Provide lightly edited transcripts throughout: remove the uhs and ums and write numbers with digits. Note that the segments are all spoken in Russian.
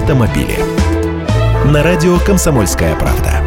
автомобили. На радио «Комсомольская правда».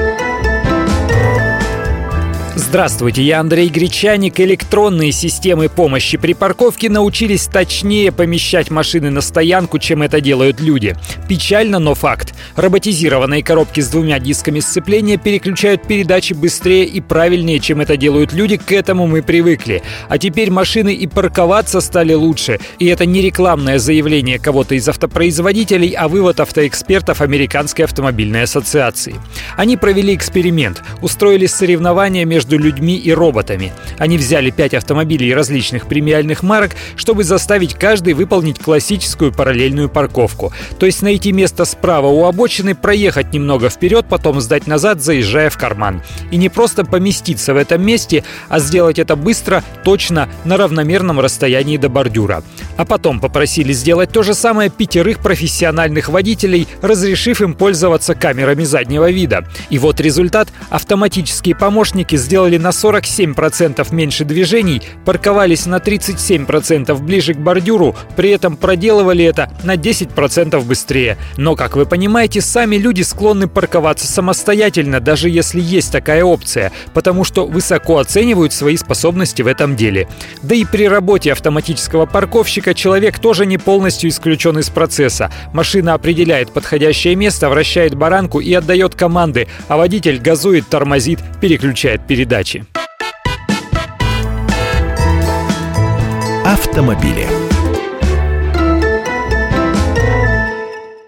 Здравствуйте, я Андрей Гречаник. Электронные системы помощи при парковке научились точнее помещать машины на стоянку, чем это делают люди. Печально, но факт. Роботизированные коробки с двумя дисками сцепления переключают передачи быстрее и правильнее, чем это делают люди, к этому мы привыкли. А теперь машины и парковаться стали лучше. И это не рекламное заявление кого-то из автопроизводителей, а вывод автоэкспертов Американской автомобильной ассоциации. Они провели эксперимент, устроили соревнования между людьми и роботами. Они взяли 5 автомобилей различных премиальных марок, чтобы заставить каждый выполнить классическую параллельную парковку. То есть найти место справа у обочины, проехать немного вперед, потом сдать назад, заезжая в карман. И не просто поместиться в этом месте, а сделать это быстро, точно, на равномерном расстоянии до бордюра. А потом попросили сделать то же самое 5 профессиональных водителей, разрешив им пользоваться камерами заднего вида. И вот результат. Автоматические помощники сделали на 47% меньше движений, парковались на 37% ближе к бордюру, при этом проделывали это на 10% быстрее. Но, как вы понимаете, сами люди склонны парковаться самостоятельно, даже если есть такая опция, потому что высоко оценивают свои способности в этом деле. Да и при работе автоматического парковщика человек тоже не полностью исключен из процесса. Машина определяет подходящее место, вращает баранку и отдает команды, а водитель газует, тормозит, переключает передачи. Автомобили.